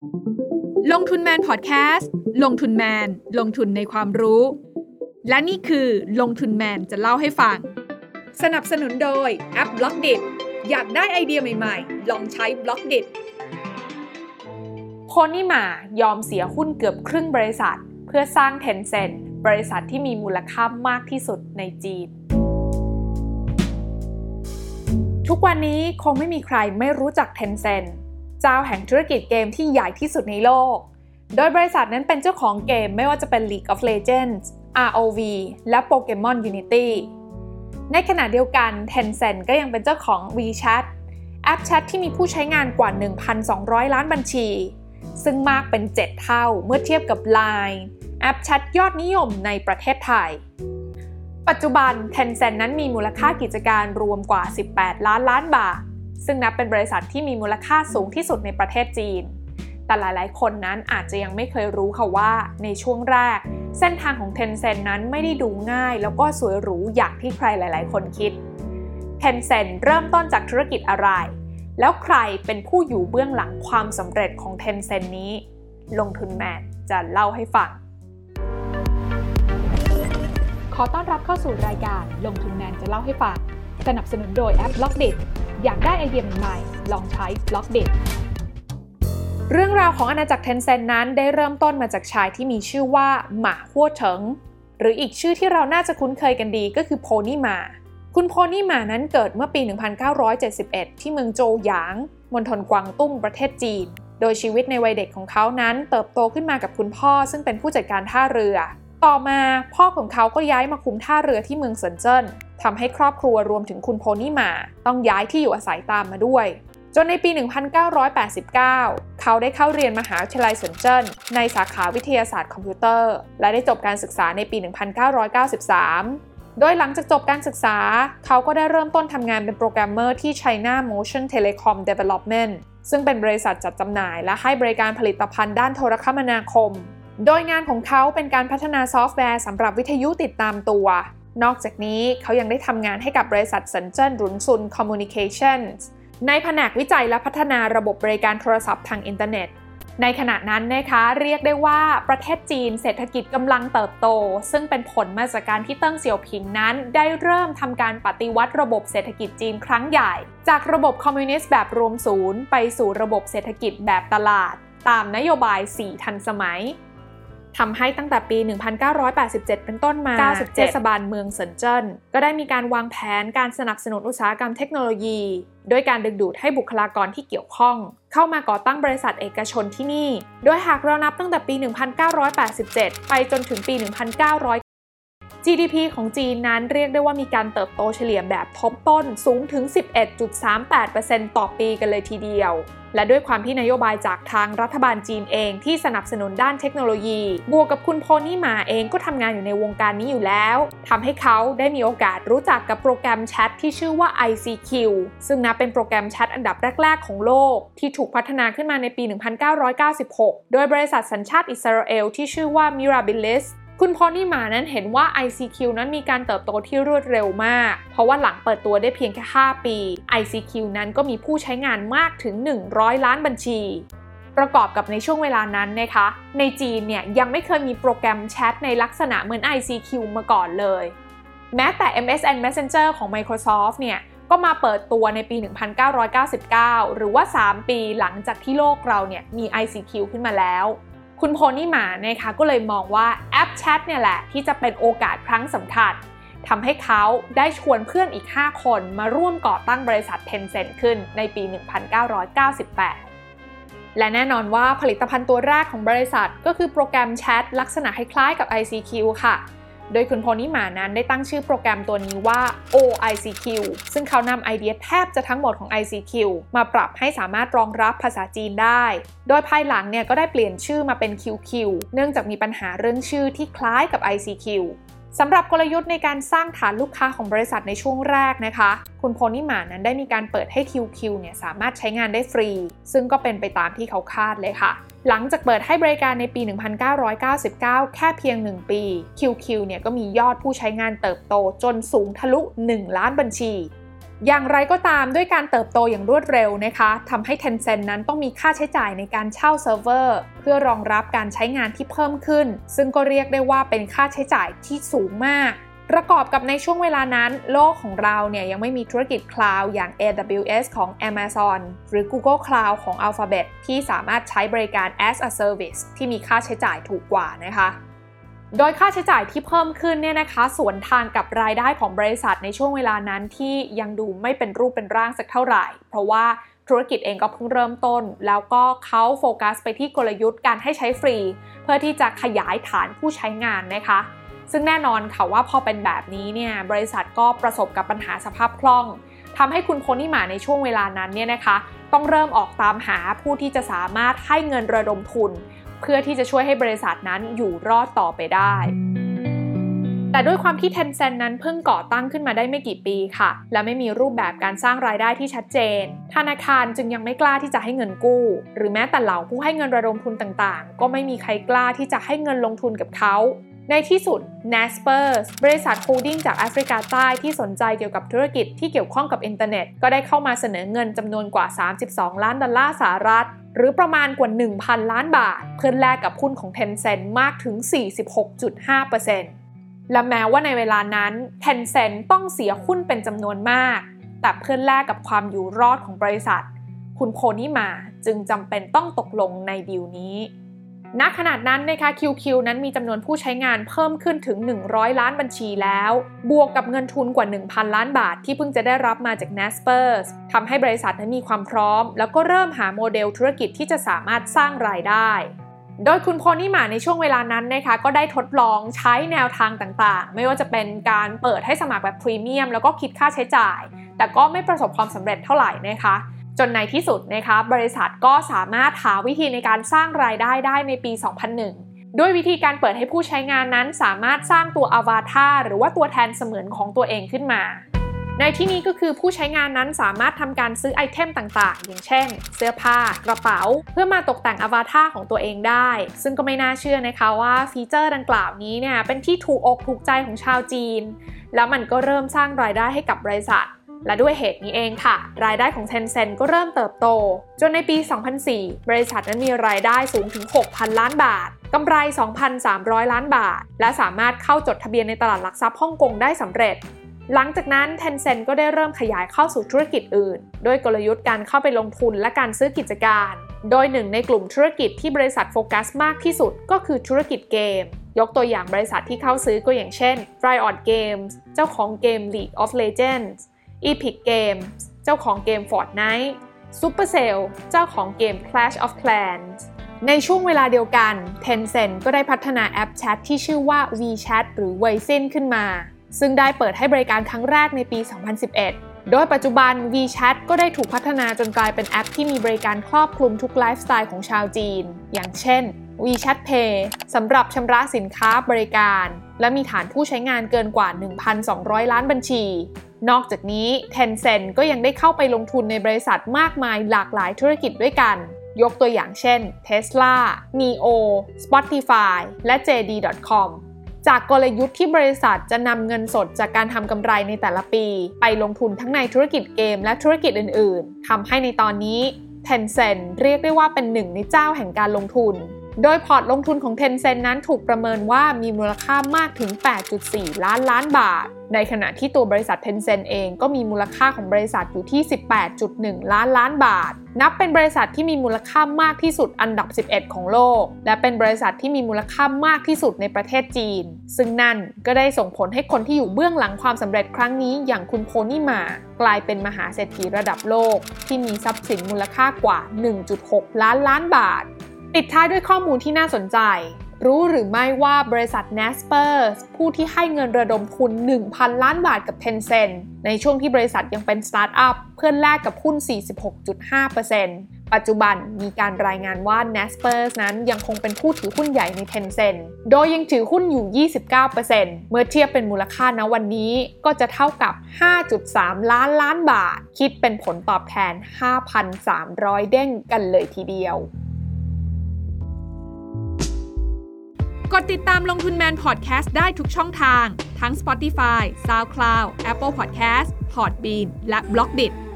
ลงทุนแมนพอดแคสต์ลงทุนแมนลงทุนในความรู้และนี่คือลงทุนแมนจะเล่าให้ฟังสนับสนุนโดยแอป Blockdit อยากได้ไอเดียใหม่ๆลองใช้ Blockdit โพนี่หม่ายอมเสียหุ้นเกือบครึ่งบริษัทเพื่อสร้าง Tencent บริษัทที่มีมูลค่ามากที่สุดในจีนทุกวันนี้คงไม่มีใครไม่รู้จัก Tencent เจ้าแห่งธุรกิจเกมที่ใหญ่ที่สุดในโลกโดยบริษัทนั้นเป็นเจ้าของเกมไม่ว่าจะเป็น League of Legends, ROV และ Pokemon Unity ในขณะเดียวกัน Tencent ก็ยังเป็นเจ้าของ WeChat แอปแชทที่มีผู้ใช้งานกว่า 1,200 ล้านบัญชีซึ่งมากเป็น 7 เท่าเมื่อเทียบกับ LINE แอปแชทยอดนิยมในประเทศไทยปัจจุบัน Tencent นั้นมีมูลค่ากิจการรวมกว่า 18 ล้านล้านบาทซึ่งนับเป็นบริษัทที่มีมูลค่าสูงที่สุดในประเทศจีนแต่หลายๆคนนั้นอาจจะยังไม่เคยรู้ค่ะว่าในช่วงแรกเส้นทางของ Tencent นั้นไม่ได้ดูง่ายแล้วก็สวยหรูอย่างที่ใครหลายๆคนคิด Tencent เริ่มต้นจากธุรกิจอะไรแล้วใครเป็นผู้อยู่เบื้องหลังความสำเร็จของ Tencent นี้ลงทุนแมนจะเล่าให้ฟังขอต้อนรับเข้าสู่รายการลงทุนแมนจะเล่าให้ฟังสนับสนุนโดยแอป Blockdit อยากได้ไอเดียใหม่ๆลองใช้ Blockdit เรื่องราวของอาณาจักร Tencent นั้นได้เริ่มต้นมาจากชายที่มีชื่อว่าหม่าฮั่วเฉิงหรืออีกชื่อที่เราน่าจะคุ้นเคยกันดีก็คือโพนี่หม่าคุณโพนี่หม่านั้นเกิดเมื่อปี 1971 ที่เมืองโจวหยางมณฑลกวางตุ้งประเทศจีนโดยชีวิตในวัยเด็กของเขานั้นเติบโตขึ้นมากับคุณพ่อซึ่งเป็นผู้จัดการท่าเรือต่อมาพ่อของเขาก็ย้ายมาคุมท่าเรือที่เมืองเซินเจิ้นทำให้ครอบครัวรวมถึงคุณโพนี่หม่าต้องย้ายที่อยู่อาศัยตามมาด้วยจนในปี 1989 เขาได้เข้าเรียนมหาวิทยาลัยเซินเจิ้นในสาขาวิทยาศาสตร์คอมพิวเตอร์และได้จบการศึกษาในปี 1993 โดยหลังจากจบการศึกษาเขาก็ได้เริ่มต้นทำงานเป็นโปรแกรมเมอร์ที่ China Motion Telecom Development ซึ่งเป็นบริษัทจัดจำหน่ายและให้บริการผลิตภัณฑ์ด้านโทรคมนาคมโดยงานของเขาเป็นการพัฒนาซอฟต์แวร์สำหรับวิทยุติดตามตัวนอกจากนี้เขายังได้ทำงานให้กับบริษัทเซินเจิ้นหรุนซุนคอมมูนิเคชั่นส์ในแผนกวิจัยและพัฒนาระบบบริการโทรศัพท์ทางอินเทอร์เน็ตในขณะนั้นนะคะเรียกได้ว่าประเทศจีนเศรษฐกิจกำลังเติบโตซึ่งเป็นผลมาจากการที่เติ้งเสี่ยวผิงนั้นได้เริ่มทำการปฏิวัติระบบเศรษฐกิจจีนครั้งใหญ่จากระบบคอมมิวนิสต์แบบรวมศูนย์ไปสู่ระบบเศรษฐกิจแบบตลาดตามนโยบาย 4 ทันสมัยทำให้ตั้งแต่ปี 1987 เป็นต้นมาเทศบาลเมืองเซินเจิ้นก็ได้มีการวางแผนการสนับสนุนอุตสาหกรรมเทคโนโลยีโดยการดึงดูดให้บุคลากรที่เกี่ยวข้องเข้ามาก่อตั้งบริษัทเอกชนที่นี่โดยหากเรานับตั้งแต่ปี 1987 ไปจนถึงปี 1900 GDP ของจีนนั้นเรียกได้ว่ามีการเติบโตเฉลี่ยแบบทบต้นสูงถึง 11.38% ต่อปีกันเลยทีเดียวและด้วยความที่นโยบายจากทางรัฐบาลจีนเองที่สนับสนุนด้านเทคโนโลยีบวกกับคุณโพนี่หม่าเองก็ทำงานอยู่ในวงการนี้อยู่แล้วทำให้เขาได้มีโอกาสรู้จักกับโปรแกรมแชทที่ชื่อว่า ICQ ซึ่งนับเป็นโปรแกรมแชทอันดับแรกๆของโลกที่ถูกพัฒนาขึ้นมาในปี 1996 โดยบริษัทสัญชาติอิสราเอลที่ชื่อว่า Mirabilisคุณโพนี่หม่านั้นเห็นว่า ICQ นั้นมีการเติบโตที่รวดเร็วมากเพราะว่าหลังเปิดตัวได้เพียงแค่ 5 ปี ICQ นั้นก็มีผู้ใช้งานมากถึง 100 ล้านบัญชีประกอบกับในช่วงเวลานั้นนะคะในจีนเนี่ยยังไม่เคยมีโปรแกรมแชทในลักษณะเหมือน ICQ มาก่อนเลยแม้แต่ MSN Messenger ของ Microsoft เนี่ยก็มาเปิดตัวในปี 1999 หรือว่า 3 ปีหลังจากที่โลกเราเนี่ยมี ICQ ขึ้นมาแล้วคุณโพนี่หม่านะคะก็เลยมองว่าแอปแชทเนี่ยแหละที่จะเป็นโอกาสครั้งสำคัญทำให้เขาได้ชวนเพื่อนอีก 5 คนมาร่วมก่อตั้งบริษัท Tencent ขึ้นในปี 1998 และแน่นอนว่าผลิตภัณฑ์ตัวแรกของบริษัทก็คือโปรแกรมแชทลักษณะคล้ายๆกับ ICQ ค่ะโดยคุณโพนี่หม่านั้นได้ตั้งชื่อโปรแกรมตัวนี้ว่า OICQ ซึ่งเขานำไอเดียแทบจะทั้งหมดของ ICQ มาปรับให้สามารถรองรับภาษาจีนได้โดยภายหลังเนี่ยก็ได้เปลี่ยนชื่อมาเป็น QQ เนื่องจากมีปัญหาเรื่องชื่อที่คล้ายกับ ICQ สำหรับกลยุทธ์ในการสร้างฐานลูกค้าของบริษัทในช่วงแรกนะคะคุณโพนี่หม่านั้นได้มีการเปิดให้ QQ เนี่ยสามารถใช้งานได้ฟรีซึ่งก็เป็นไปตามที่เขาคาดเลยค่ะหลังจากเปิดให้บริการในปี 1999 แค่เพียง 1 ปี QQ เนี่ยก็มียอดผู้ใช้งานเติบโตจนสูงทะลุ 1 ล้านบัญชีอย่างไรก็ตามด้วยการเติบโตอย่างรวดเร็วนะคะทำให้ Tencent นั้นต้องมีค่าใช้จ่ายในการเช่าเซิร์ฟเวอร์เพื่อรองรับการใช้งานที่เพิ่มขึ้นซึ่งก็เรียกได้ว่าเป็นค่าใช้จ่ายที่สูงมากประกอบกับในช่วงเวลานั้นโลกของเราเนี่ยยังไม่มีธุรกิจคลาวด์อย่าง AWS ของ Amazon หรือ Google Cloud ของ Alphabet ที่สามารถใช้บริการ as a service ที่มีค่าใช้จ่ายถูกกว่านะคะโดยค่าใช้จ่ายที่เพิ่มขึ้นเนี่ยนะคะสวนทางกับรายได้ของบริษัทในช่วงเวลานั้นที่ยังดูไม่เป็นรูปเป็นร่างสักเท่าไหร่เพราะว่าธุรกิจเองก็เพิ่งเริ่มต้นแล้วก็เขาโฟกัสไปที่กลยุทธ์การให้ใช้ฟรีเพื่อที่จะขยายฐานผู้ใช้งานนะคะซึ่งแน่นอนค่ะว่าพอเป็นแบบนี้เนี่ยบริษัทก็ประสบกับปัญหาสภาพคล่องทำให้คุณโพนี่หมาในช่วงเวลานั้นเนี่ยนะคะต้องเริ่มออกตามหาผู้ที่จะสามารถให้เงินระดมทุนเพื่อที่จะช่วยให้บริษัทนั้นอยู่รอดต่อไปได้แต่ด้วยความที่ Tencent นั้นเพิ่งก่อตั้งขึ้นมาได้ไม่กี่ปีค่ะและไม่มีรูปแบบการสร้างรายได้ที่ชัดเจนธนาคารจึงยังไม่กล้าที่จะให้เงินกู้หรือแม้แต่เหล่าผู้ให้เงินระดมทุนต่างๆก็ไม่มีใครกล้าที่จะให้เงินลงทุนกับเขาในที่สุด Naspers บริษัทโฮลดิ้งจากแอฟริกาใต้ที่สนใจเกี่ยวกับธุรกิจที่เกี่ยวข้องกับอินเทอร์เน็ตก็ได้เข้ามาเสนอเงินจำนวนกว่า32ล้านดอลลาร์สหรัฐหรือประมาณกว่า 1,000 ล้านบาทเพื่อแลกกับหุ้นของ Tencent มากถึง 46.5% และแม้ว่าในเวลานั้น Tencent ต้องเสียหุ้นเป็นจำนวนมากแต่เพื่อแลกกับความอยู่รอดของบริษัทคุณโพนี่หมาจึงจำเป็นต้องตกลงในดีลนี้ณขณะนั้นนะคะ QQ นั้นมีจำนวนผู้ใช้งานเพิ่มขึ้นถึง100ล้านบัญชีแล้วบวกกับเงินทุนกว่า 1,000 ล้านบาทที่เพิ่งจะได้รับมาจาก Naspers ทำให้บริษัทนั้นมีความพร้อมแล้วก็เริ่มหาโมเดลธุรกิจที่จะสามารถสร้างรายได้โดยคุณโพนี่หมาในช่วงเวลานั้นนะคะก็ได้ทดลองใช้แนวทางต่างๆไม่ว่าจะเป็นการเปิดให้สมัครแบบพรีเมียมแล้วก็คิดค่าใช้จ่ายแต่ก็ไม่ประสบความสำเร็จเท่าไหร่นะคะจนในที่สุดนะคะบริษัทก็สามารถหาวิธีในการสร้างรายได้ได้ในปี 2001 ด้วยวิธีการเปิดให้ผู้ใช้งานนั้นสามารถสร้างตัวอวตารหรือว่าตัวแทนเสมือนของตัวเองขึ้นมาในที่นี้ก็คือผู้ใช้งานนั้นสามารถทำการซื้อไอเทมต่างๆอย่างเช่นเสื้อผ้ากระเป๋าเพื่อมาตกแต่งอวตารของตัวเองได้ซึ่งก็ไม่น่าเชื่อนะคะว่าฟีเจอร์ดังกล่าวนี้เนี่ยเป็นที่ถูกอกถูกใจของชาวจีนแล้วมันก็เริ่มสร้างรายได้ให้กับบริษัทและด้วยเหตุนี้เองค่ะรายได้ของ Tencent ก็เริ่มเติบโตจนในปี 2004 บริษัทนั้นมีรายได้สูงถึง 6,000 ล้านบาทกำไร 2,300 ล้านบาทและสามารถเข้าจดทะเบียนในตลาดหลักทรัพย์ฮ่องกงได้สำเร็จหลังจากนั้น Tencent ก็ได้เริ่มขยายเข้าสู่ธุรกิจอื่นด้วยกลยุทธ์การเข้าไปลงทุนและการซื้อกิจการโดยหนึ่งในกลุ่มธุรกิจที่บริษัทโฟกัสมากที่สุดก็คือธุรกิจเกมยกตัวอย่างบริษัทที่เข้าซื้อก็อย่างเช่น Riot Games เจ้าของเกม League of Legends Epic Games เจ้าของเกม Fortnite Supercell เจ้าของเกม Clash of Clans ในช่วงเวลาเดียวกัน Tencent ก็ได้พัฒนาแอปแชทที่ชื่อว่า WeChat หรือ Weixin ขึ้นมาซึ่งได้เปิดให้บริการครั้งแรกในปี 2011 โดยปัจจุบัน WeChat ก็ได้ถูกพัฒนาจนกลายเป็นแอปที่มีบริการครอบคลุมทุกไลฟ์สไตล์ของชาวจีนอย่างเช่น WeChat Pay สำหรับชำระสินค้าบริการและมีฐานผู้ใช้งานเกินกว่า 1,200 ล้านบัญชีนอกจากนี้ Tencent ก็ยังได้เข้าไปลงทุนในบริษัทมากมายหลากหลายธุรกิจด้วยกันยกตัวอย่างเช่น Tesla, NIO, Spotify และ JD.com จากกลยุทธ์ที่บริษัทจะนำเงินสดจากการทำกำไรในแต่ละปีไปลงทุนทั้งในธุรกิจเกมและธุรกิจอื่นๆทำให้ในตอนนี้ Tencent เรียกได้ว่าเป็นหนึ่งในเจ้าแห่งการลงทุนโดยพอร์ตลงทุนของ Tencent นั้นถูกประเมินว่ามีมูลค่ามากถึง 8.4 ล้านบาทในขณะที่ตัวบริษัท Tencent เองก็มีมูลค่าของบริษัทอยู่ที่ 18.1 ล้านบาทนับเป็นบริษัทที่มีมูลค่ามากที่สุดอันดับ 11 ของโลกและเป็นบริษัทที่มีมูลค่ามากที่สุดในประเทศจีนซึ่งนั่นก็ได้ส่งผลให้คนที่อยู่เบื้องหลังความสำเร็จครั้งนี้อย่างคุณโพนี่หม่ากลายเป็นมหาเศรษฐีระดับโลกที่มีทรัพย์สินมูลค่ากว่า 1.6 ล้านบาทปิดท้ายด้วยข้อมูลที่น่าสนใจรู้หรือไม่ว่าบริษัท Naspers ผู้ที่ให้เงินระดมทุน 1,000 ล้านบาทกับ Tencent ในช่วงที่บริษัทยังเป็นสตาร์ทอัพเพื่อแลกกับหุ้น 46.5% ปัจจุบันมีการรายงานว่า Naspers นั้นยังคงเป็นผู้ถือหุ้นใหญ่ใน Tencent โดยยังถือหุ้นอยู่ 29% เมื่อเทียบเป็นมูลค่าณวันนี้ก็จะเท่ากับ 5.3 ล้านบาทคิดเป็นผลตอบแทน 5,300 เด้งกันเลยทีเดียวกดติดตามลงทุนแมนพอดแคสต์ได้ทุกช่องทางทั้ง Spotify, SoundCloud, Apple Podcast, Podbean และ Blockdit